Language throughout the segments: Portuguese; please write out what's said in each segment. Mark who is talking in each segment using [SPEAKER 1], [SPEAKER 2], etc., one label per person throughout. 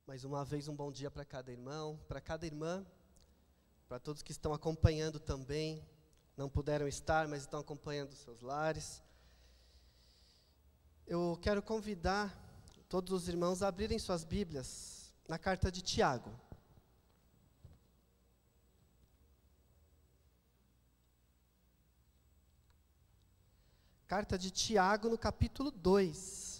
[SPEAKER 1] Mais uma vez, um bom dia para cada irmão, para cada irmã, para todos que estão acompanhando também, não puderam estar, mas estão acompanhando os seus lares. Eu quero convidar todos os irmãos a abrirem suas Bíblias na carta de Tiago. Carta de Tiago, no capítulo 2.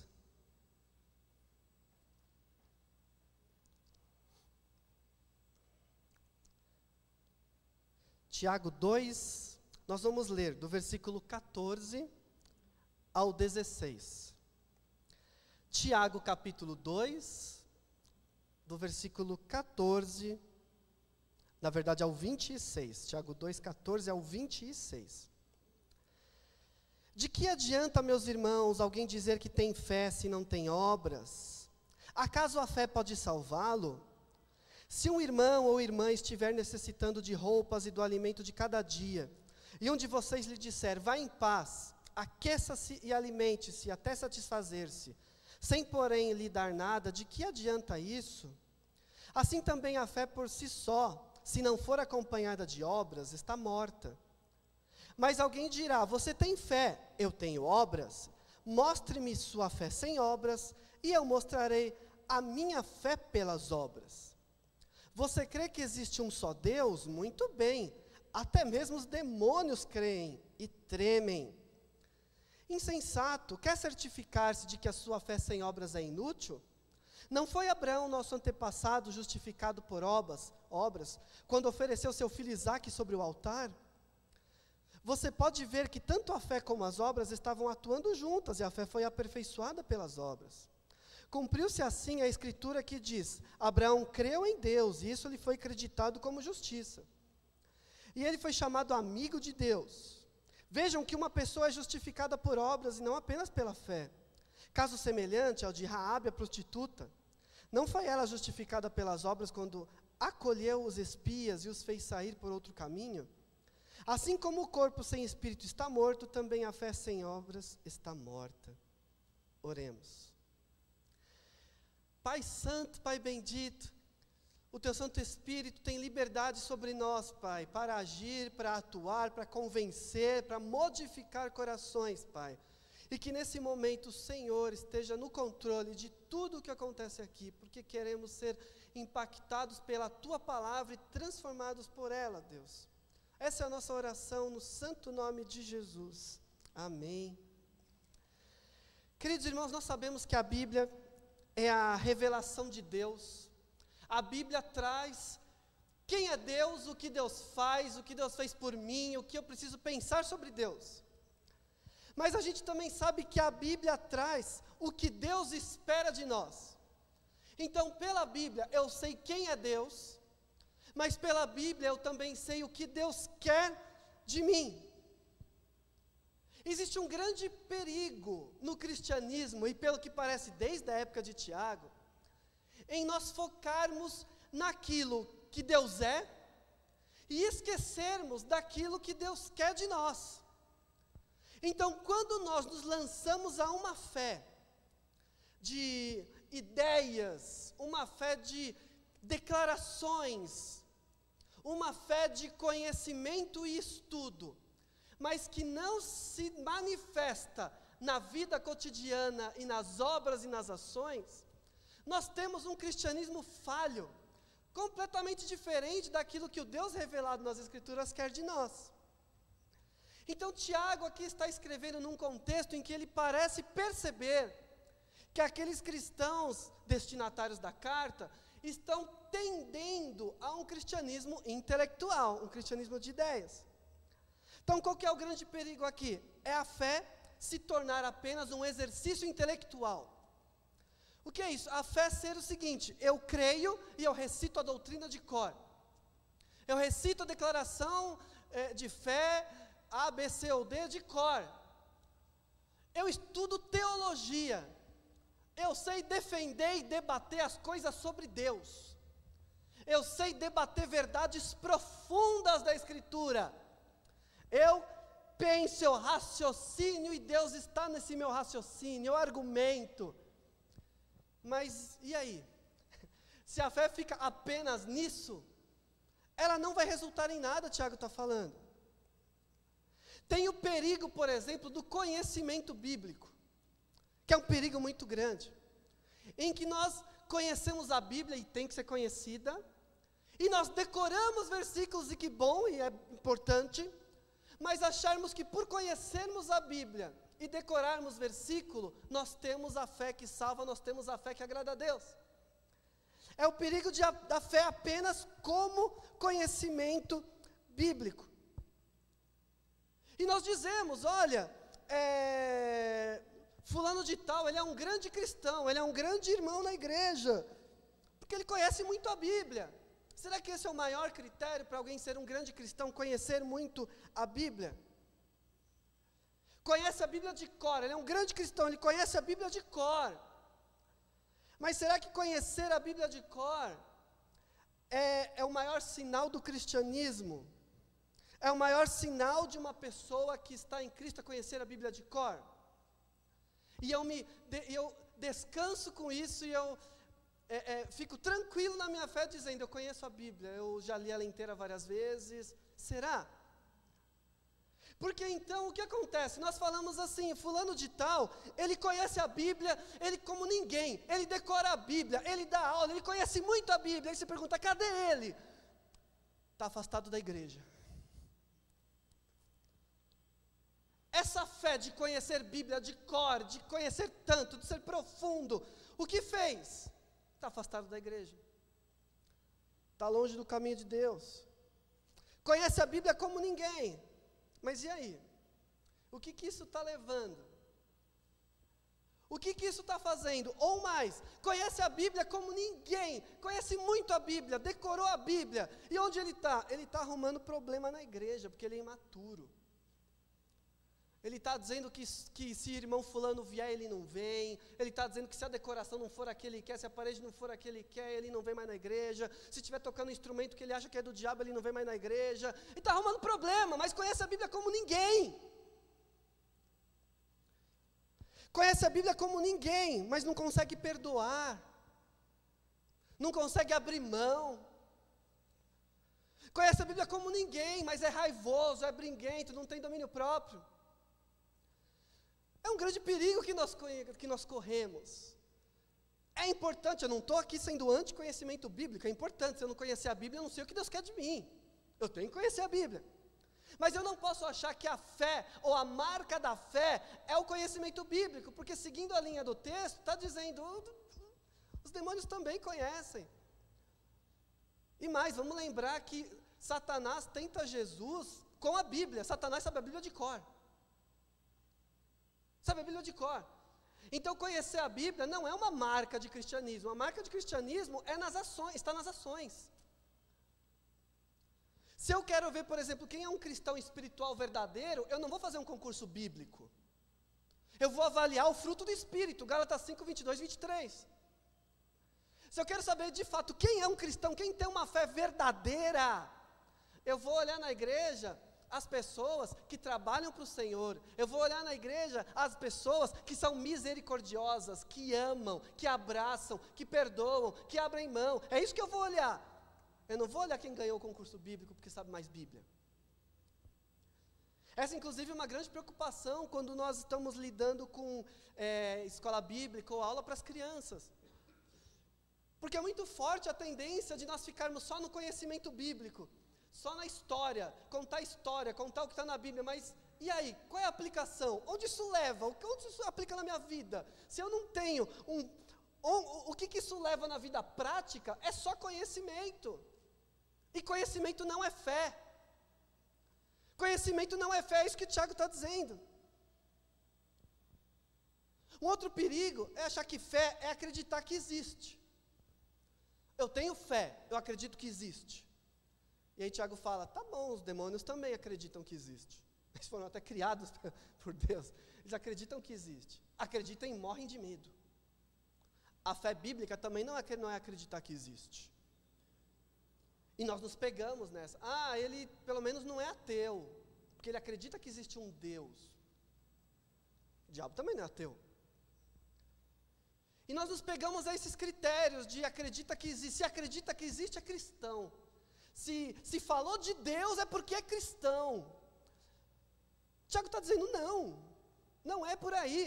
[SPEAKER 1] Tiago 2, nós vamos ler do versículo 14 ao 16. Tiago capítulo 2, do versículo 14, na verdade ao 26. Tiago 2, 14 ao 26. De que adianta, meus irmãos, alguém dizer que tem fé se não tem obras? Acaso a fé pode salvá-lo? Se um irmão ou irmã estiver necessitando de roupas e do alimento de cada dia, e um de vocês lhe disser, vá em paz, aqueça-se e alimente-se até satisfazer-se, sem porém lhe dar nada, de que adianta isso? Assim também a fé por si só, se não for acompanhada de obras, está morta. Mas alguém dirá, você tem fé, eu tenho obras? Mostre-me sua fé sem obras, e eu mostrarei a minha fé pelas obras. Você crê que existe um só Deus? Muito bem, até mesmo os demônios creem e tremem. Insensato, quer certificar-se de que a sua fé sem obras é inútil? Não foi Abraão, nosso antepassado, justificado por obras, quando ofereceu seu filho Isaque sobre o altar? Você pode ver que tanto a fé como as obras estavam atuando juntas, e a fé foi aperfeiçoada pelas obras. Cumpriu-se assim a escritura que diz, Abraão creu em Deus, e isso lhe foi acreditado como justiça. E ele foi chamado amigo de Deus. Vejam que uma pessoa é justificada por obras e não apenas pela fé. Caso semelhante ao de Raabe, a prostituta. Não foi ela justificada pelas obras quando acolheu os espias e os fez sair por outro caminho? Assim como o corpo sem espírito está morto, também a fé sem obras está morta. Oremos. Pai Santo, Pai bendito, o Teu Santo Espírito tem liberdade sobre nós, Pai, para agir, para atuar, para convencer, para modificar corações, Pai. E que nesse momento o Senhor esteja no controle de tudo o que acontece aqui, porque queremos ser impactados pela Tua palavra e transformados por ela, Deus. Essa é a nossa oração no santo nome de Jesus. Amém. Queridos irmãos, nós sabemos que a Bíblia é a revelação de Deus. A Bíblia traz quem é Deus, o que Deus faz, o que Deus fez por mim, o que eu preciso pensar sobre Deus. Mas a gente também sabe que a Bíblia traz o que Deus espera de nós. Então, pela Bíblia, eu sei quem é Deus, mas pela Bíblia eu também sei o que Deus quer de mim. Existe um grande perigo no cristianismo, e pelo que parece desde a época de Tiago, em nós focarmos naquilo que Deus é, e esquecermos daquilo que Deus quer de nós. Então, quando nós nos lançamos a uma fé de ideias, uma fé de declarações, uma fé de conhecimento e estudo, mas que não se manifesta na vida cotidiana e nas obras e nas ações, nós temos um cristianismo falho, completamente diferente daquilo que o Deus revelado nas Escrituras quer de nós. Então Tiago aqui está escrevendo num contexto em que ele parece perceber que aqueles cristãos destinatários da carta estão tendendo a um cristianismo intelectual, um cristianismo de ideias. Então, qual que é o grande perigo aqui? É a fé se tornar apenas um exercício intelectual. O que é isso? A fé ser o seguinte, eu creio e eu recito a doutrina de cor. Eu recito a declaração de fé A, B, C ou D de cor. Eu estudo teologia. Eu sei defender e debater as coisas sobre Deus. Eu sei debater verdades profundas da Escritura. Eu penso, eu raciocínio e Deus está nesse meu raciocínio, eu argumento. Mas e aí? se a fé fica apenas nisso, ela não vai resultar em nada, Tiago está falando. Tem o perigo, por exemplo, do conhecimento bíblico, que é um perigo muito grande, em que nós conhecemos a Bíblia, e tem que ser conhecida, e nós decoramos versículos, e que bom, e é importante, mas acharmos que por conhecermos a Bíblia e decorarmos versículo, nós temos a fé que salva, nós temos a fé que agrada a Deus. É o perigo da fé apenas como conhecimento bíblico. E nós dizemos, olha, fulano de tal, ele é um grande cristão, ele é um grande irmão na igreja, porque ele conhece muito a Bíblia. Será que esse é o maior critério para alguém ser um grande cristão, conhecer muito a Bíblia? Conhece a Bíblia de cor, ele é um grande cristão, ele conhece a Bíblia de cor. Mas será que conhecer a Bíblia de cor é o maior sinal do cristianismo? É o maior sinal de uma pessoa que está em Cristo a conhecer a Bíblia de cor? E eu descanso com isso, e eu fico tranquilo na minha fé, dizendo, eu conheço a Bíblia, eu já li ela inteira várias vezes. Será? Porque então, o que acontece? Nós falamos assim, fulano de tal, ele conhece a Bíblia, ele como ninguém, ele decora a Bíblia, ele dá aula, ele conhece muito a Bíblia. Aí você pergunta, cadê ele? Está afastado da igreja. Essa fé de conhecer Bíblia de cor, de conhecer tanto, de ser profundo, o que fez? Está afastado da igreja. Está longe do caminho de Deus. Conhece a Bíblia como ninguém. Mas e aí? O que isso está levando? O que isso está fazendo? Ou mais, conhece a Bíblia como ninguém, conhece muito a Bíblia, decorou a Bíblia. E onde ele está? Ele está arrumando problema na igreja, porque ele é imaturo. Ele está dizendo que se irmão fulano vier, ele não vem. Ele está dizendo que se a decoração não for a que ele quer, se a parede não for a que ele quer, ele não vem mais na igreja. Se estiver tocando um instrumento que ele acha que é do diabo, ele não vem mais na igreja. Ele está arrumando problema, mas conhece a Bíblia como ninguém. Conhece a Bíblia como ninguém, mas não consegue perdoar. Não consegue abrir mão. Conhece a Bíblia como ninguém, mas é raivoso, é briguento, não tem domínio próprio. É um grande perigo que nós corremos. É importante, eu não estou aqui sendo anti-conhecimento bíblico, é importante. Se eu não conhecer a Bíblia, eu não sei o que Deus quer de mim. Eu tenho que conhecer a Bíblia. Mas eu não posso achar que a fé, ou a marca da fé, é o conhecimento bíblico, porque seguindo a linha do texto, está dizendo, os demônios também conhecem. E mais, vamos lembrar que Satanás tenta Jesus com a Bíblia. Satanás sabe a Bíblia de cor. Sabe a Bíblia de cor. Então conhecer a Bíblia não é uma marca de cristianismo. A marca de cristianismo é nas ações, está nas ações. Se eu quero ver, por exemplo, quem é um cristão espiritual verdadeiro, eu não vou fazer um concurso bíblico. Eu vou avaliar o fruto do Espírito, Gálatas 5, 22, 23. Se eu quero saber de fato quem é um cristão, quem tem uma fé verdadeira, eu vou olhar na igreja as pessoas que trabalham para o Senhor. Eu vou olhar na igreja as pessoas que são misericordiosas, que amam, que abraçam, que perdoam, que abrem mão. É isso que eu vou olhar. Eu não vou olhar quem ganhou o concurso bíblico porque sabe mais Bíblia. Essa, inclusive, é uma grande preocupação quando nós estamos lidando com escola bíblica ou aula para as crianças. Porque é muito forte a tendência de nós ficarmos só no conhecimento bíblico, só na história, contar o que está na Bíblia, mas e aí, qual é a aplicação? Onde isso leva? Onde isso aplica na minha vida? Se eu não tenho o que isso leva na vida prática, é só conhecimento. E conhecimento não é fé. Conhecimento não é fé, é isso que o Tiago está dizendo. Um outro perigo é achar que fé é acreditar que existe. Eu tenho fé, eu acredito que existe. E aí Tiago fala, tá bom, os demônios também acreditam que existe. Eles foram até criados por Deus. Eles acreditam que existe. Acreditam e morrem de medo. A fé bíblica também não é acreditar que existe. E nós nos pegamos nessa. Ele pelo menos não é ateu, porque ele acredita que existe um Deus. O diabo também não é ateu. E nós nos pegamos a esses critérios de acredita que existe. Se acredita que existe, é cristão. Se falou de Deus, é porque é cristão. Tiago está dizendo, não é por aí.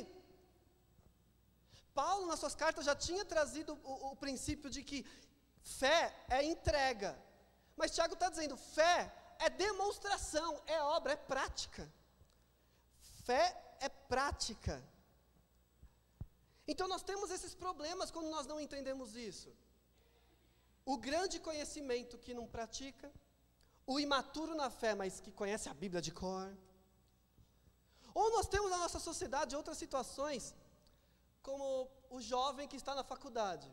[SPEAKER 1] Paulo, nas suas cartas, já tinha trazido o princípio de que fé é entrega. Mas Tiago está dizendo, fé é demonstração, é obra, é prática. Fé é prática. Então nós temos esses problemas quando nós não entendemos isso. O grande conhecimento que não pratica, o imaturo na fé, mas que conhece a Bíblia de cor. Ou nós temos na nossa sociedade outras situações, como o jovem que está na faculdade.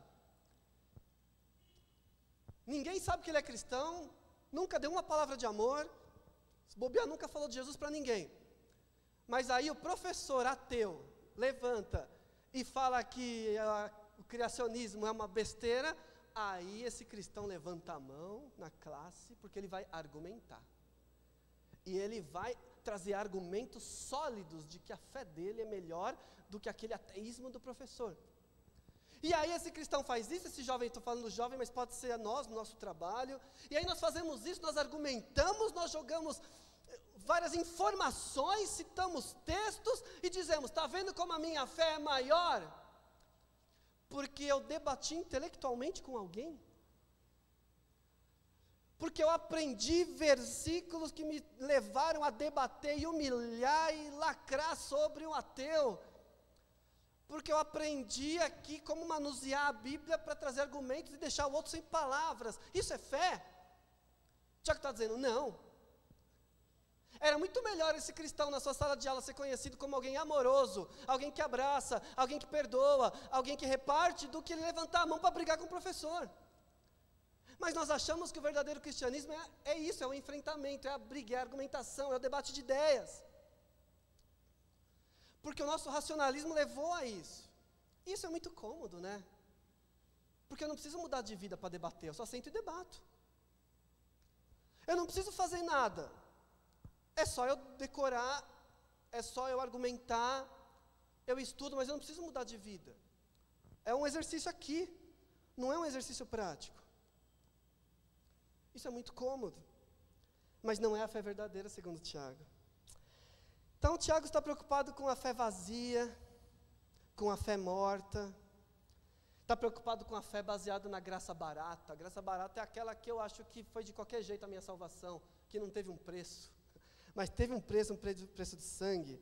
[SPEAKER 1] Ninguém sabe que ele é cristão, nunca deu uma palavra de amor, se bobear nunca falou de Jesus para ninguém. Mas aí o professor ateu levanta e fala que o criacionismo é uma besteira, aí esse cristão levanta a mão na classe, porque ele vai argumentar. E ele vai trazer argumentos sólidos de que a fé dele é melhor do que aquele ateísmo do professor. E aí esse cristão faz isso, esse jovem, estou falando jovem, mas pode ser nós, no nosso trabalho. E aí nós fazemos isso, nós argumentamos, nós jogamos várias informações, citamos textos e dizemos, está vendo como a minha fé é maior? Porque eu debati intelectualmente com alguém? Porque eu aprendi versículos que me levaram a debater e humilhar e lacrar sobre um ateu? Porque eu aprendi aqui como manusear a Bíblia para trazer argumentos e deixar o outro sem palavras. Isso é fé? Tiago está dizendo, não. Era muito melhor esse cristão na sua sala de aula ser conhecido como alguém amoroso, alguém que abraça, alguém que perdoa, alguém que reparte, do que ele levantar a mão para brigar com o professor. Mas nós achamos que o verdadeiro cristianismo é isso, é o enfrentamento, é a briga, é a argumentação, é o debate de ideias. Porque o nosso racionalismo levou a isso. Isso é muito cômodo, né? Porque eu não preciso mudar de vida para debater, eu só sento e debato. Eu não preciso fazer nada. É só eu decorar, é só eu argumentar, eu estudo, mas eu não preciso mudar de vida. É um exercício aqui, não é um exercício prático. Isso é muito cômodo, mas não é a fé verdadeira, segundo Tiago. Então, Tiago está preocupado com a fé vazia, com a fé morta, está preocupado com a fé baseada na graça barata. A graça barata é aquela que eu acho que foi de qualquer jeito a minha salvação, que não teve um preço, mas teve um preço de sangue.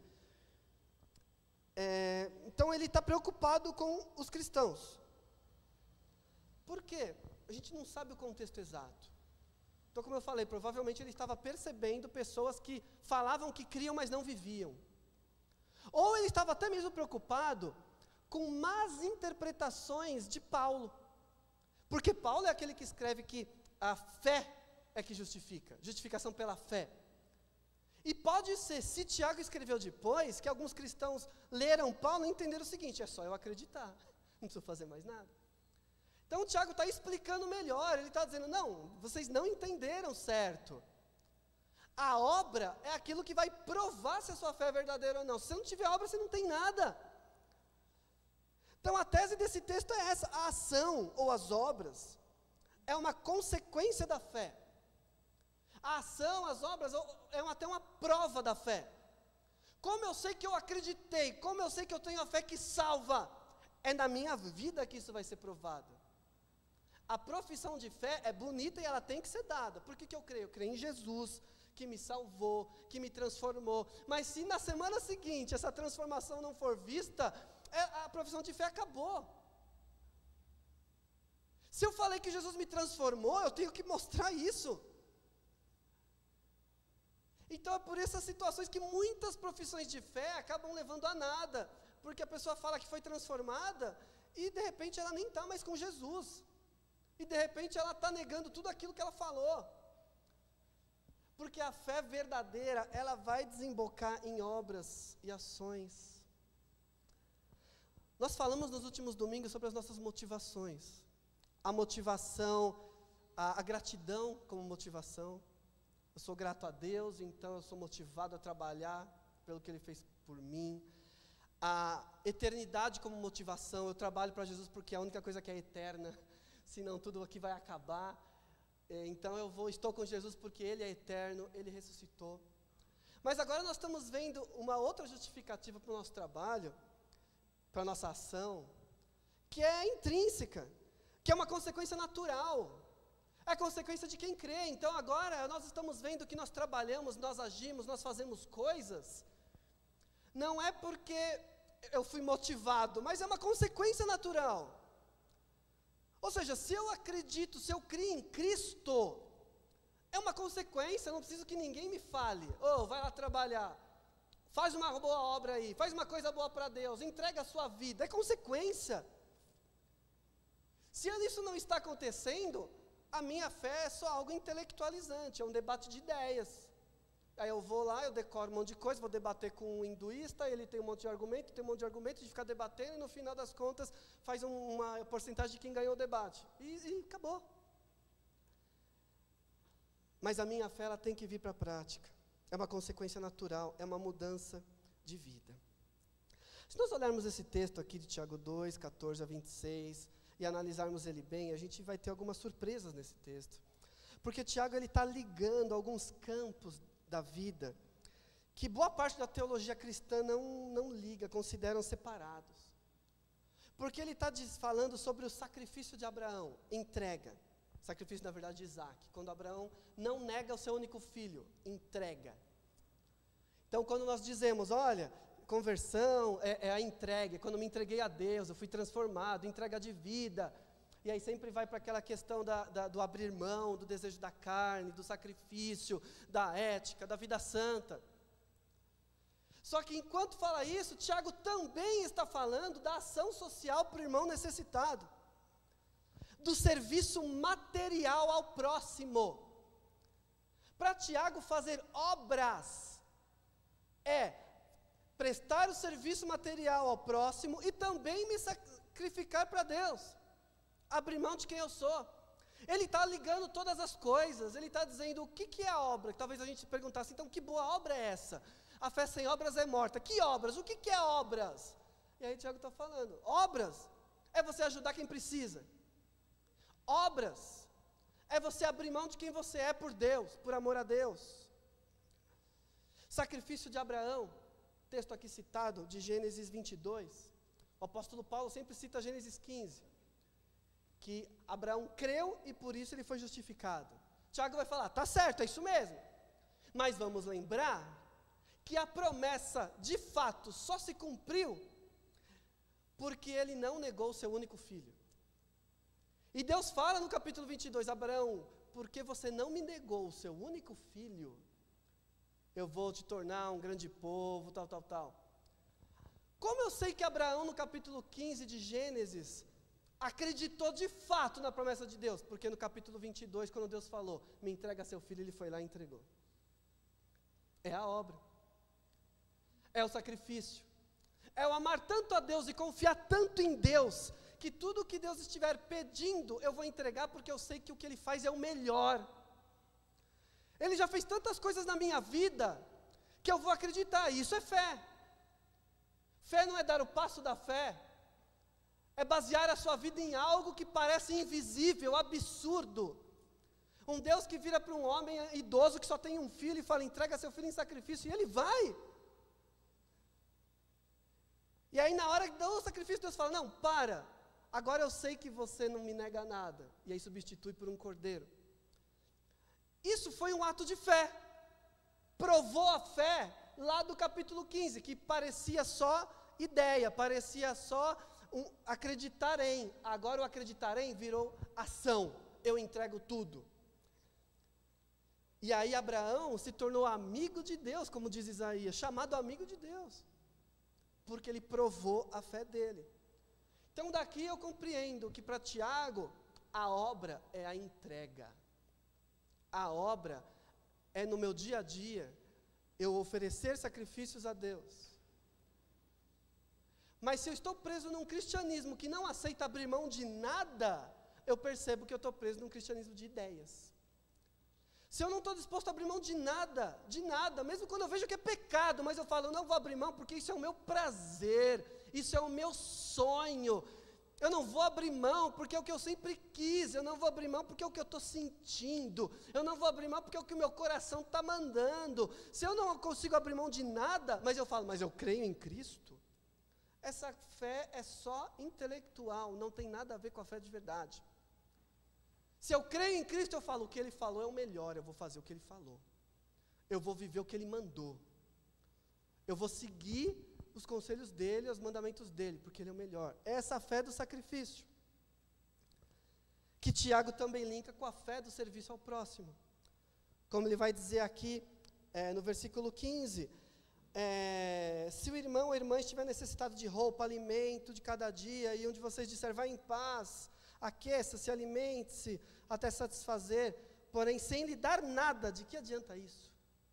[SPEAKER 1] Então, ele está preocupado com os cristãos. Por quê? A gente não sabe o contexto exato. Então, como eu falei, provavelmente ele estava percebendo pessoas que falavam que criam, mas não viviam. Ou ele estava até mesmo preocupado com más interpretações de Paulo. Porque Paulo é aquele que escreve que a fé é que justifica, justificação pela fé. E pode ser, se Tiago escreveu depois, que alguns cristãos leram Paulo e entenderam o seguinte, é só eu acreditar, não preciso fazer mais nada. Então o Tiago está explicando melhor, ele está dizendo, não, vocês não entenderam certo. A obra é aquilo que vai provar se a sua fé é verdadeira ou não. Se você não tiver obra, você não tem nada. Então a tese desse texto é essa, a ação ou as obras é uma consequência da fé. A ação, as obras, é até uma prova da fé. Como eu sei que eu acreditei, como eu sei que eu tenho a fé que salva, é na minha vida que isso vai ser provado. A profissão de fé é bonita e ela tem que ser dada. Por que eu creio? Eu creio em Jesus, que me salvou, que me transformou. Mas se na semana seguinte essa transformação não for vista, a profissão de fé acabou. Se eu falei que Jesus me transformou, eu tenho que mostrar isso. Então é por essas situações que muitas profissões de fé acabam levando a nada. Porque a pessoa fala que foi transformada e de repente ela nem está mais com Jesus. E de repente ela está negando tudo aquilo que ela falou. Porque a fé verdadeira, ela vai desembocar em obras e ações. Nós falamos nos últimos domingos sobre as nossas motivações. A motivação, a gratidão como motivação. Eu sou grato a Deus, então eu sou motivado a trabalhar pelo que Ele fez por mim. a eternidade como motivação. Eu trabalho para Jesus porque é a única coisa que é eterna, senão tudo aqui vai acabar. Então estou com Jesus porque Ele é eterno, Ele ressuscitou. Mas agora nós estamos vendo uma outra justificativa para o nosso trabalho, para a nossa ação, que é intrínseca, que é uma consequência natural, é a consequência de quem crê. Então agora nós estamos vendo que nós trabalhamos, nós agimos, nós fazemos coisas, não é porque eu fui motivado, mas é uma consequência natural. Ou seja, se eu acredito, se eu crio em Cristo, é uma consequência, eu não preciso que ninguém me fale. Vai lá trabalhar, faz uma boa obra aí, faz uma coisa boa para Deus, entrega a sua vida, é consequência. Se isso não está acontecendo, a minha fé é só algo intelectualizante, é um debate de ideias. Aí eu vou lá, eu decoro um monte de coisa, vou debater com um hinduísta, ele tem um monte de argumento, tem um monte de argumento, de ficar debatendo, e no final das contas, faz uma porcentagem de quem ganhou o debate. E acabou. Mas a minha fé, ela tem que vir para a prática. É uma consequência natural, é uma mudança de vida. Se nós olharmos esse texto aqui de Tiago 2, 14 a 26, e analisarmos ele bem, a gente vai ter algumas surpresas nesse texto. Porque Tiago, ele está ligando alguns campos da vida, que boa parte da teologia cristã não liga, consideram separados. Porque ele está falando sobre o sacrifício de Abraão, entrega. Sacrifício, na verdade, de Isaac. Quando Abraão não nega o seu único filho, entrega. Então, quando nós dizemos, olha, conversão é a entrega, quando me entreguei a Deus, eu fui transformado, entrega de vida. E aí sempre vai para aquela questão do abrir mão, do desejo da carne, do sacrifício, da ética, da vida santa. Só que enquanto fala isso, Tiago também está falando da ação social para o irmão necessitado, do serviço material ao próximo. Para Tiago, fazer obras é prestar o serviço material ao próximo e também me sacrificar para Deus, abrir mão de quem eu sou. Ele está ligando todas as coisas, ele está dizendo o que é a obra. Talvez a gente perguntasse, então, que boa obra é essa? A fé sem obras é morta. Que obras? O que é obras? E aí Tiago está falando, obras é você ajudar quem precisa. Obras é você abrir mão de quem você é por Deus, por amor a Deus. Sacrifício de Abraão, texto aqui citado de Gênesis 22, o apóstolo Paulo sempre cita Gênesis 15, que Abraão creu e por isso ele foi justificado. Tiago vai falar, tá certo, é isso mesmo, mas vamos lembrar que a promessa de fato só se cumpriu porque ele não negou o seu único filho. E Deus fala no capítulo 22, Abraão, porque você não me negou o seu único filho, eu vou te tornar um grande povo, tal. Como eu sei que Abraão, no capítulo 15 de Gênesis, acreditou de fato na promessa de Deus? Porque no capítulo 22, quando Deus falou, me entrega seu filho, ele foi lá e entregou. É a obra. É o sacrifício. É o amar tanto a Deus e confiar tanto em Deus, que tudo que Deus estiver pedindo, eu vou entregar, porque eu sei que o que Ele faz é o melhor. Ele já fez tantas coisas na minha vida, que eu vou acreditar, isso é fé. Fé não é dar o passo da fé, é basear a sua vida em algo que parece invisível, absurdo. Um Deus que vira para um homem idoso que só tem um filho e fala, entrega seu filho em sacrifício, e ele vai. E aí na hora do sacrifício Deus fala, não, para, agora eu sei que você não me nega nada. E aí substitui por um cordeiro. Isso foi um ato de fé. Provou a fé lá do capítulo 15, que parecia só ideia, parecia só acreditar em. Agora o acreditar em virou ação. Eu entrego tudo. E aí Abraão se tornou amigo de Deus, como diz Isaías, chamado amigo de Deus, porque ele provou a fé dele. Então daqui eu compreendo que para Tiago, a obra é a entrega. A obra é no meu dia a dia, eu oferecer sacrifícios a Deus. Mas se eu estou preso num cristianismo que não aceita abrir mão de nada, eu percebo que eu estou preso num cristianismo de ideias. Se eu não estou disposto a abrir mão de nada, mesmo quando eu vejo que é pecado, mas eu falo, eu não vou abrir mão porque isso é o meu prazer, isso é o meu sonho. Eu não vou abrir mão porque é o que eu sempre quis, eu não vou abrir mão porque é o que eu estou sentindo, eu não vou abrir mão porque é o que o meu coração está mandando. Se eu não consigo abrir mão de nada, mas eu falo, mas eu creio em Cristo, essa fé é só intelectual, não tem nada a ver com a fé de verdade. Se eu creio em Cristo, eu falo, o que Ele falou é o melhor, eu vou fazer o que Ele falou, eu vou viver o que Ele mandou, eu vou seguir os conselhos dEle, os mandamentos dEle, porque Ele é o melhor. É essa fé do sacrifício, que Tiago também linka com a fé do serviço ao próximo, como ele vai dizer aqui, no versículo 15, se o irmão ou a irmã estiver necessitado de roupa, alimento de cada dia, e um de vocês disser, vai em paz, aqueça-se, alimente-se, até satisfazer, porém sem lhe dar nada, de que adianta isso?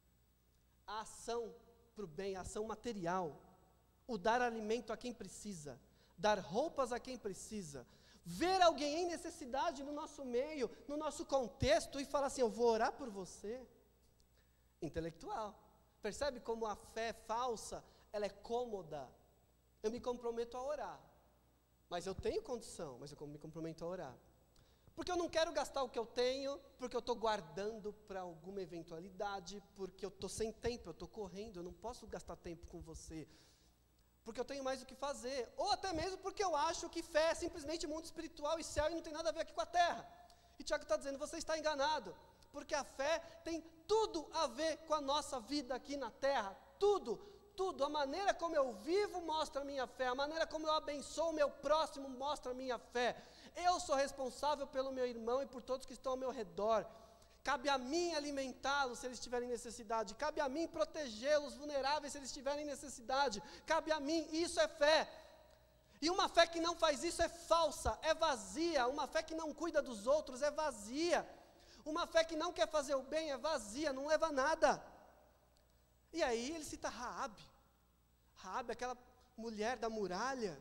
[SPEAKER 1] A ação para o bem, a ação material, o dar alimento a quem precisa, dar roupas a quem precisa, ver alguém em necessidade no nosso meio, no nosso contexto, e falar assim, eu vou orar por você, intelectual. Percebe como a fé falsa, ela é cômoda? Eu me comprometo a orar, mas eu tenho condição, mas eu me comprometo a orar. Porque eu não quero gastar o que eu tenho, porque eu estou guardando para alguma eventualidade, porque eu estou sem tempo, eu estou correndo, eu não posso gastar tempo com você, porque eu tenho mais o que fazer, ou até mesmo porque eu acho que fé é simplesmente mundo espiritual e céu, e não tem nada a ver aqui com a terra. E Tiago está dizendo, você está enganado, porque a fé tem tudo a ver com a nossa vida aqui na terra, tudo, a maneira como eu vivo mostra a minha fé, a maneira como eu abençoo o meu próximo mostra a minha fé. Eu sou responsável pelo meu irmão e por todos que estão ao meu redor. Cabe a mim alimentá-los se eles tiverem necessidade, cabe a mim protegê-los vulneráveis se eles tiverem necessidade, cabe a mim, isso é fé. E uma fé que não faz isso é falsa, é vazia. Uma fé que não cuida dos outros é vazia. Uma fé que não quer fazer o bem é vazia, não leva a nada. E aí ele cita Raabe, aquela mulher da muralha.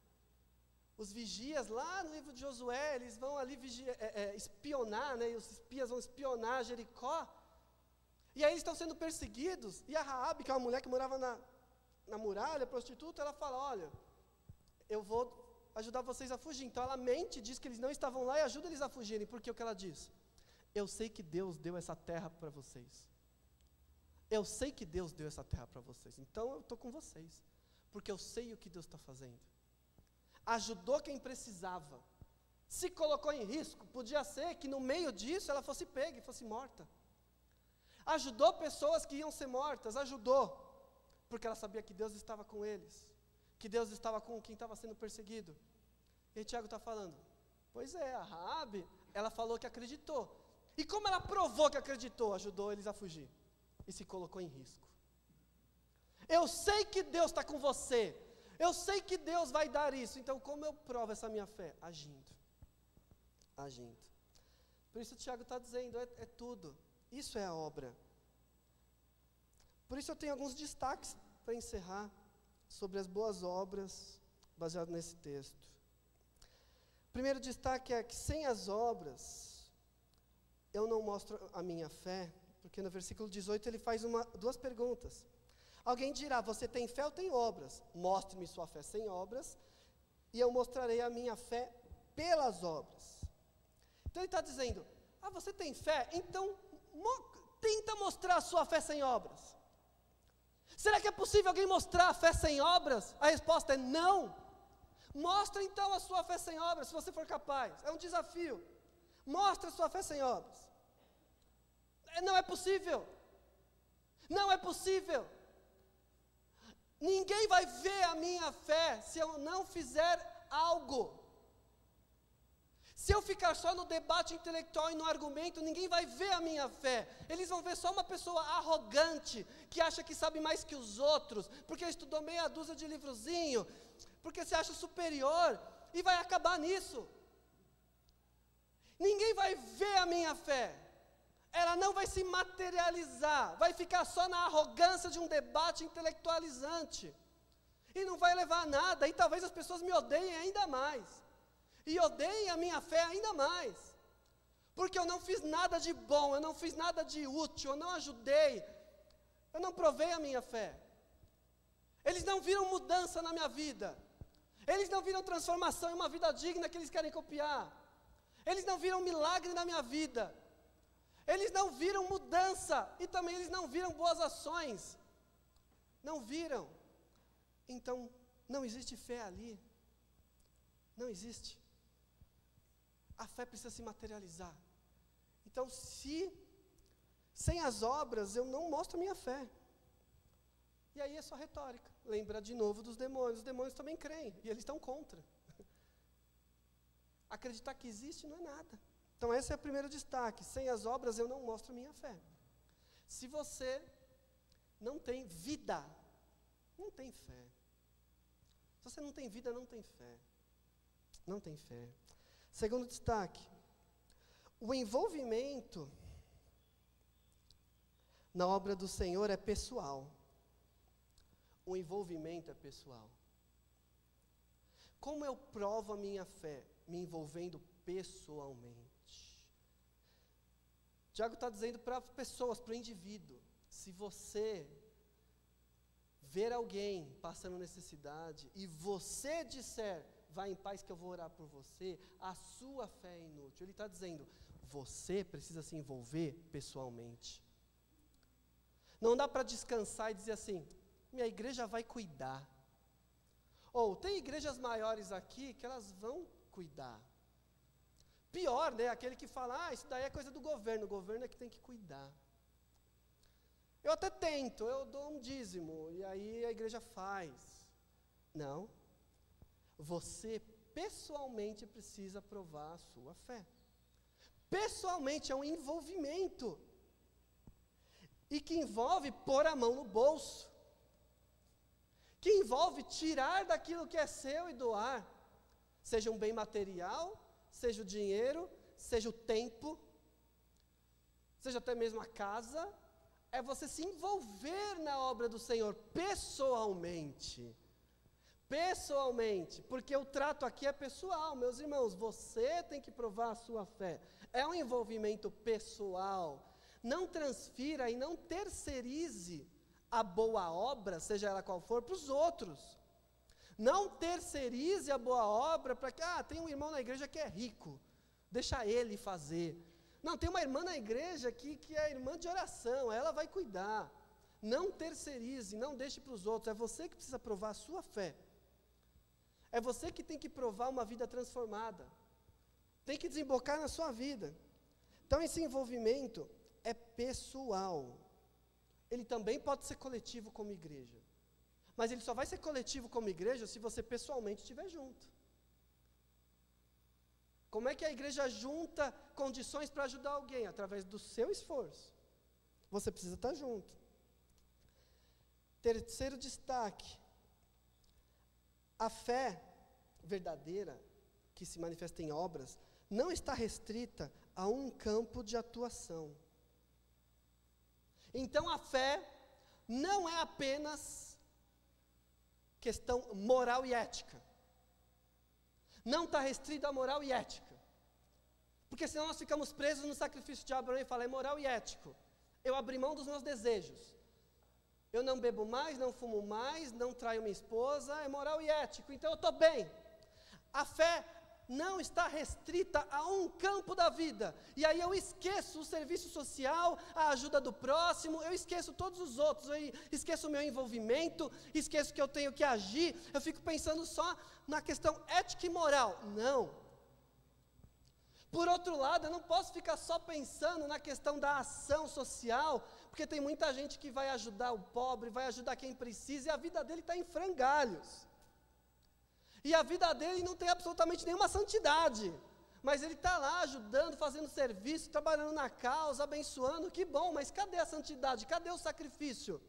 [SPEAKER 1] Os vigias lá no livro de Josué, eles vão ali espionar, né, e os espias vão espionar Jericó. E aí eles estão sendo perseguidos, e a Raabe, que é uma mulher que morava na muralha, prostituta, ela fala, olha, eu vou ajudar vocês a fugir. Então ela mente, diz que eles não estavam lá e ajuda eles a fugirem. Porque o que ela diz? Eu sei que Deus deu essa terra para vocês. Eu sei que Deus deu essa terra para vocês. Então eu estou com vocês. Porque eu sei o que Deus está fazendo. Ajudou quem precisava. Se colocou em risco. Podia ser que no meio disso ela fosse pega e fosse morta. Ajudou pessoas que iam ser mortas. Ajudou. Porque ela sabia que Deus estava com eles. Que Deus estava com quem estava sendo perseguido. E aí Tiago está falando, pois é, a Raabe, ela falou que acreditou. E como ela provou que acreditou? Ajudou eles a fugir. E se colocou em risco. Eu sei que Deus está com você. Eu sei que Deus vai dar isso. Então como eu provo essa minha fé? Agindo. Por isso o Tiago está dizendo, é tudo. Isso é a obra. Por isso eu tenho alguns destaques para encerrar sobre as boas obras, baseado nesse texto. O primeiro destaque é que sem as obras, eu não mostro a minha fé, porque no versículo 18 ele faz duas perguntas. Alguém dirá, você tem fé ou tem obras? Mostre-me sua fé sem obras, e eu mostrarei a minha fé pelas obras. Então ele está dizendo, você tem fé? Então tenta mostrar a sua fé sem obras. Será que é possível alguém mostrar a fé sem obras? A resposta é não. Mostra então a sua fé sem obras, se você for capaz. É um desafio. Mostra a sua fé sem obras. Não é possível. Não é possível. Ninguém vai ver a minha fé se eu não fizer algo. Se eu ficar só no debate intelectual e no argumento, ninguém vai ver a minha fé. Eles vão ver só uma pessoa arrogante, que acha que sabe mais que os outros, porque estudou meia dúzia de livrozinho, porque se acha superior, e vai acabar nisso. Ninguém vai ver a minha fé. Ela não vai se materializar, vai ficar só na arrogância de um debate intelectualizante. E não vai levar a nada, e talvez as pessoas me odeiem ainda mais. E odeiem a minha fé ainda mais. porque eu não fiz nada de bom, eu não fiz nada de útil, eu não ajudei, eu não provei a minha fé. Eles não viram mudança na minha vida. Eles não viram transformação em uma vida digna que eles querem copiar. Eles não viram milagre na minha vida. Eles não viram mudança e também eles não viram boas ações. Não viram. Então, não existe fé ali. Não existe. A fé precisa se materializar. Então, sem as obras eu não mostro a minha fé. E aí é só retórica. Lembra de novo dos demônios. Os demônios também creem e eles estão contra. Acreditar que existe não é nada. Então esse é o primeiro destaque. Sem as obras eu não mostro a minha fé. Se você não tem vida, não tem fé. Se você não tem vida, não tem fé. Não tem fé. Segundo destaque. O envolvimento na obra do Senhor é pessoal. O envolvimento é pessoal. Como eu provo a minha fé? Me envolvendo pessoalmente. Tiago está dizendo para as pessoas, para o indivíduo, se você ver alguém passando necessidade e você disser, vá em paz que eu vou orar por você, a sua fé é inútil. Ele está dizendo, você precisa se envolver pessoalmente. Não dá para descansar e dizer assim, minha igreja vai cuidar. Ou tem igrejas maiores aqui que elas vão cuidar. Pior, né? Aquele que fala, isso daí é coisa do governo, o governo é que tem que cuidar. Eu até tento, eu dou um dízimo, e aí a igreja faz. Não. Você pessoalmente precisa provar a sua fé. Pessoalmente é um envolvimento. E que envolve pôr a mão no bolso. Que envolve tirar daquilo que é seu e doar. Seja um bem material, seja o dinheiro, seja o tempo, seja até mesmo a casa. É você se envolver na obra do Senhor pessoalmente. Pessoalmente, porque o trato aqui é pessoal, meus irmãos. Você tem que provar a sua fé. É um envolvimento pessoal. Não transfira e não terceirize a boa obra, seja ela qual for, para os outros. Não terceirize a boa obra para que, tem um irmão na igreja que é rico, deixa ele fazer. Não, tem uma irmã na igreja que é irmã de oração, ela vai cuidar. Não terceirize, não deixe para os outros, é você que precisa provar a sua fé. É você que tem que provar uma vida transformada. Tem que desembocar na sua vida. Então esse envolvimento é pessoal. Ele também pode ser coletivo como igreja. Mas ele só vai ser coletivo como igreja se você pessoalmente estiver junto. Como é que a igreja junta condições para ajudar alguém? Através do seu esforço. Você precisa estar junto. Terceiro destaque. A fé verdadeira, que se manifesta em obras, não está restrita a um campo de atuação. Então a fé não é apenas questão moral e ética. Não está restrito a moral e ética. Porque senão nós ficamos presos no sacrifício de Abraão e falamos, é moral e ético. Eu abri mão dos meus desejos. Eu não bebo mais, não fumo mais, não traio minha esposa, é moral e ético, então eu estou bem. A fé não está restrita a um campo da vida. E aí eu esqueço o serviço social, a ajuda do próximo, eu esqueço todos os outros, eu esqueço o meu envolvimento, esqueço que eu tenho que agir, eu fico pensando só na questão ética e moral. Não. Por outro lado, eu não posso ficar só pensando na questão da ação social, porque tem muita gente que vai ajudar o pobre, vai ajudar quem precisa, e a vida dele está em frangalhos. E a vida dele não tem absolutamente nenhuma santidade, mas ele está lá ajudando, fazendo serviço, trabalhando na causa, abençoando, que bom, mas cadê a santidade? Cadê o sacrifício?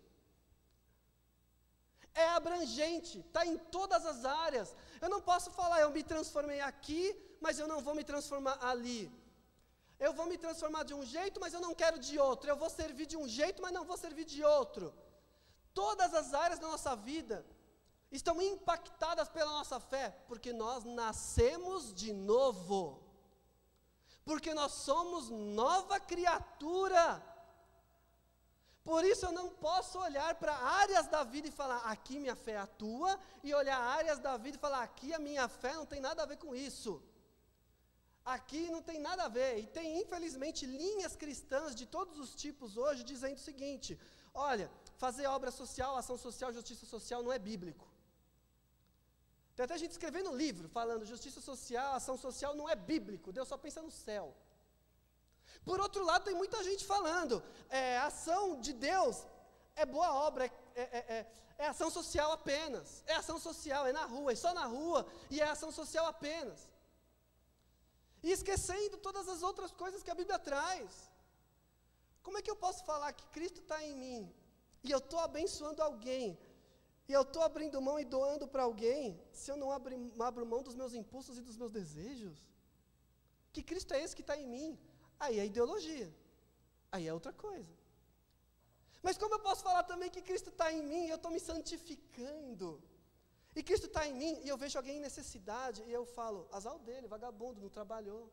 [SPEAKER 1] É abrangente, está em todas as áreas. Eu não posso falar, eu me transformei aqui, mas eu não vou me transformar ali. Eu vou me transformar de um jeito, mas eu não quero de outro. Eu vou servir de um jeito, mas não vou servir de outro. Todas as áreas da nossa vida estão impactadas pela nossa fé, porque nós nascemos de novo. porque nós somos nova criatura. Por isso eu não posso olhar para áreas da vida e falar, aqui minha fé atua, e olhar áreas da vida e falar, aqui a minha fé não tem nada a ver com isso. Aqui não tem nada a ver. E tem, infelizmente, linhas cristãs de todos os tipos hoje, dizendo o seguinte, olha, fazer obra social, ação social, justiça social não é bíblico. Tem até gente escrevendo livro, falando, justiça social, ação social não é bíblico, Deus só pensa no céu. Por outro lado, tem muita gente falando, ação de Deus é boa obra, é ação social apenas, é ação social, é na rua, é só na rua, e é ação social apenas. E esquecendo todas as outras coisas que a Bíblia traz. Como é que eu posso falar que Cristo está em mim, e eu estou abençoando alguém, e eu estou abrindo mão e doando para alguém, se eu não abro mão dos meus impulsos e dos meus desejos? Que Cristo é esse que está em mim? Aí é ideologia, aí é outra coisa. Mas como eu posso falar também que Cristo está em mim e eu estou me santificando? E Cristo está em mim e eu vejo alguém em necessidade e eu falo, azar dele, vagabundo, não trabalhou.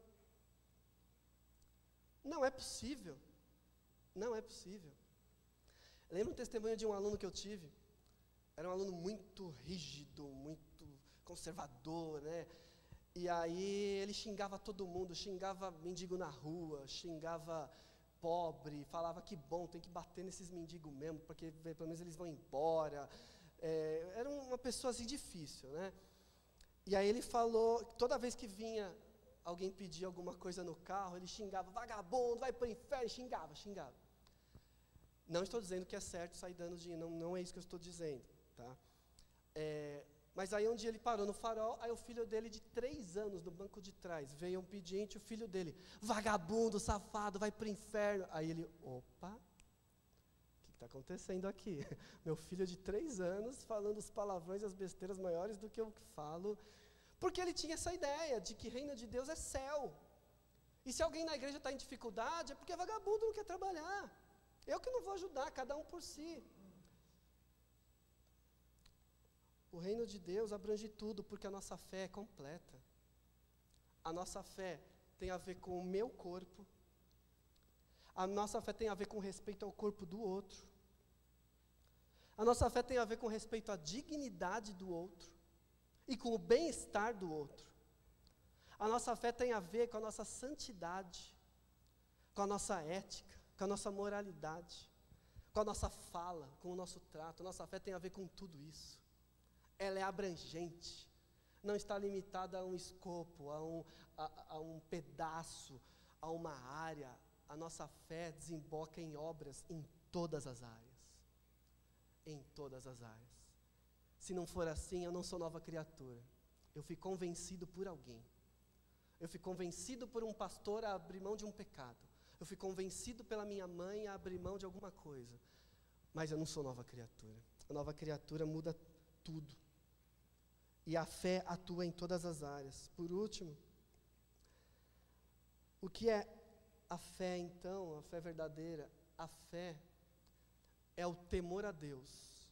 [SPEAKER 1] Não é possível, não é possível. Lembro um testemunho de um aluno que eu tive, era um aluno muito rígido, muito conservador, né? E aí ele xingava todo mundo, xingava mendigo na rua, xingava pobre, falava que bom, tem que bater nesses mendigos mesmo, porque pelo menos eles vão embora. Era uma pessoa assim difícil, né? E aí ele falou, toda vez que vinha alguém pedir alguma coisa no carro, ele xingava, vagabundo, vai para o inferno, xingava. Não estou dizendo que é certo sair dando dinheiro, não é isso que eu estou dizendo, tá? Mas aí um dia ele parou no farol, aí o filho dele de 3 anos, no banco de trás, veio um pedinte, o filho dele, vagabundo, safado, vai para o inferno. Aí ele, opa, o que está acontecendo aqui? Meu filho de 3 anos falando os palavrões e as besteiras maiores do que eu falo, porque ele tinha essa ideia de que reino de Deus é céu. E se alguém na igreja está em dificuldade, é porque vagabundo não quer trabalhar. Eu que não vou ajudar, cada um por si. O reino de Deus abrange tudo, porque a nossa fé é completa. A nossa fé tem a ver com o meu corpo. A nossa fé tem a ver com respeito ao corpo do outro. A nossa fé tem a ver com respeito à dignidade do outro e com o bem-estar do outro. A nossa fé tem a ver com a nossa santidade, com a nossa ética, com a nossa moralidade, com a nossa fala, com o nosso trato. A nossa fé tem a ver com tudo isso. Ela é abrangente, não está limitada a um escopo, a um pedaço, a uma área. A nossa fé desemboca em obras em todas as áreas. Em todas as áreas. Se não for assim, eu não sou nova criatura. Eu fui convencido por alguém. Eu fui convencido por um pastor a abrir mão de um pecado. Eu fui convencido pela minha mãe a abrir mão de alguma coisa. Mas eu não sou nova criatura. A nova criatura muda tudo. E a fé atua em todas as áreas. Por último, o que é a fé então? A fé verdadeira? A fé é o temor a Deus.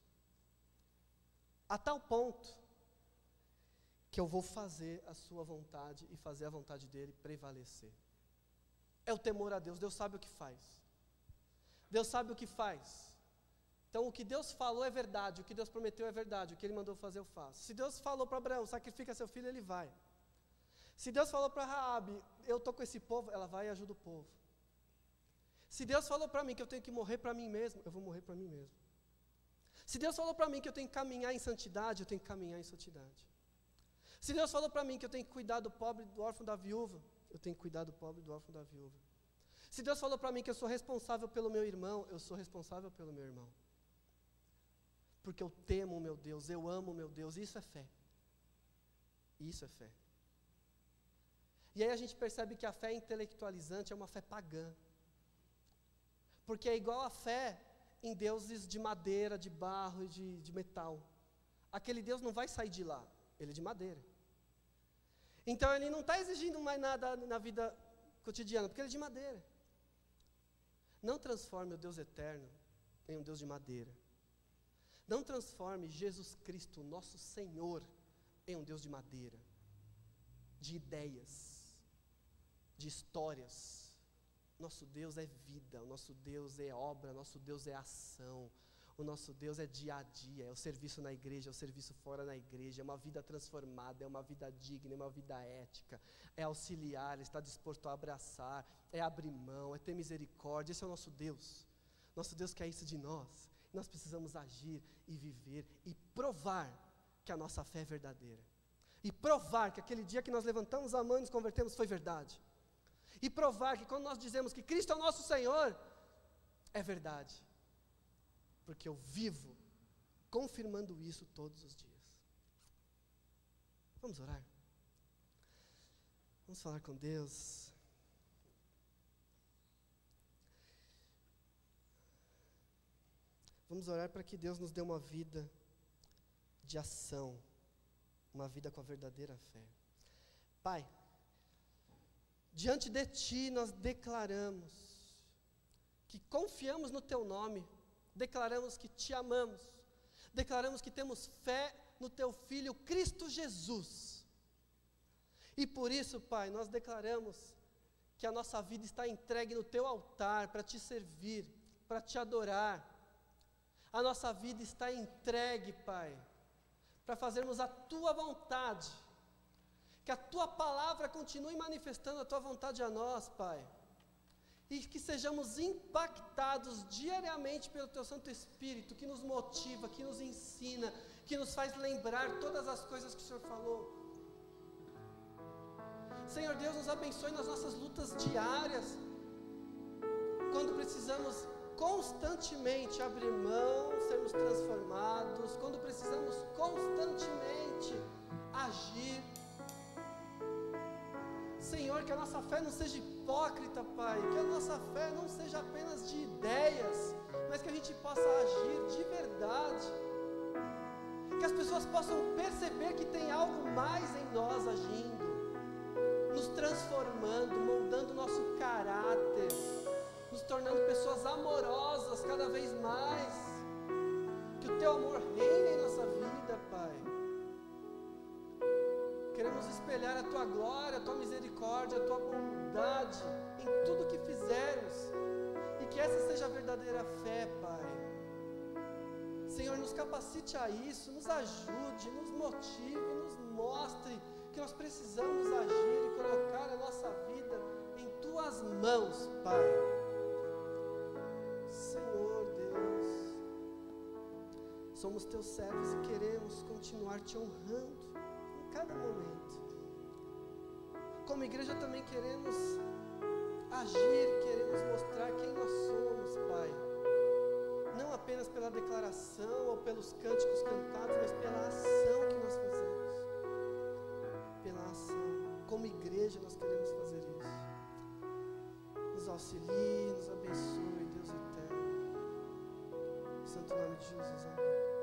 [SPEAKER 1] A tal ponto que eu vou fazer a sua vontade e fazer a vontade dele prevalecer. É o temor a Deus. Deus sabe o que faz. Deus sabe o que faz. Então, o que Deus falou é verdade, o que Deus prometeu é verdade, o que Ele mandou fazer eu faço. Se Deus falou para Abraão, sacrifica seu filho, ele vai. Se Deus falou para Raabe, eu estou com esse povo, ela vai e ajuda o povo. Se Deus falou para mim que eu tenho que morrer para mim mesmo, eu vou morrer para mim mesmo. Se Deus falou para mim que eu tenho que caminhar em santidade, eu tenho que caminhar em santidade. Se Deus falou para mim que eu tenho que cuidar do pobre, do órfão, da viúva, eu tenho que cuidar do pobre, do órfão, da viúva. Se Deus falou para mim que eu sou responsável pelo meu irmão, eu sou responsável pelo meu irmão. Porque eu temo o meu Deus, eu amo o meu Deus, isso é fé. Isso é fé. E aí a gente percebe que a fé intelectualizante é uma fé pagã. Porque é igual a fé em deuses de madeira, de barro e de metal. Aquele Deus não vai sair de lá, ele é de madeira. Então ele não está exigindo mais nada na vida cotidiana, porque ele é de madeira. Não transforme o Deus eterno em um Deus de madeira. Não transforme Jesus Cristo, nosso Senhor, em um Deus de madeira, de ideias. de histórias. Nosso Deus é vida, o nosso Deus é obra, o nosso Deus é ação. O nosso Deus é dia a dia, é o serviço na igreja, é o serviço fora na igreja, é uma vida transformada, é uma vida digna, é uma vida ética, é auxiliar, é estar disposto a abraçar, é abrir mão, é ter misericórdia. Esse é o nosso Deus. Nosso Deus quer isso de nós. Nós precisamos agir e viver e provar que a nossa fé é verdadeira. E provar que aquele dia que nós levantamos a mão e nos convertemos foi verdade. E provar que quando nós dizemos que Cristo é o nosso Senhor, é verdade. Porque eu vivo confirmando isso todos os dias. Vamos orar? Vamos falar com Deus. Vamos orar para que Deus nos dê uma vida de ação, uma vida com a verdadeira fé. Pai, diante de Ti nós declaramos que confiamos no Teu nome, declaramos que Te amamos, declaramos que temos fé no Teu Filho Cristo Jesus. E por isso, Pai, nós declaramos que a nossa vida está entregue no Teu altar para Te servir, para Te adorar. A nossa vida está entregue, Pai, para fazermos a Tua vontade. Que a Tua palavra continue manifestando a Tua vontade a nós, Pai. E que sejamos impactados diariamente pelo Teu Santo Espírito, que nos motiva, que nos ensina, que nos faz lembrar todas as coisas que o Senhor falou. Senhor Deus, nos abençoe nas nossas lutas diárias, quando precisamos constantemente abrir mão, sermos transformados, quando precisamos constantemente agir. Senhor, que a nossa fé não seja hipócrita, Pai, que a nossa fé não seja apenas de ideias, mas que a gente possa agir de verdade, que as pessoas possam perceber que tem algo mais em nós agindo, nos transformando, moldando o nosso caráter, nos tornando pessoas amorosas cada vez mais, que o Teu amor reine em nossa vida, Pai. Queremos espelhar a Tua glória, a Tua misericórdia, a Tua bondade em tudo que fizermos, e que essa seja a verdadeira fé, Pai. Senhor, nos capacite a isso, nos ajude, nos motive, nos mostre que nós precisamos agir e colocar a nossa vida em Tuas mãos, Pai. Senhor Deus, somos Teus servos e queremos continuar Te honrando cada momento. Como igreja também queremos agir, queremos mostrar quem nós somos, Pai. Não apenas pela declaração ou pelos cânticos cantados, mas pela ação que nós fazemos. Pela ação. Como igreja nós queremos fazer isso. Nos auxilie, nos abençoe, Deus eterno. Em santo nome de Jesus, amém.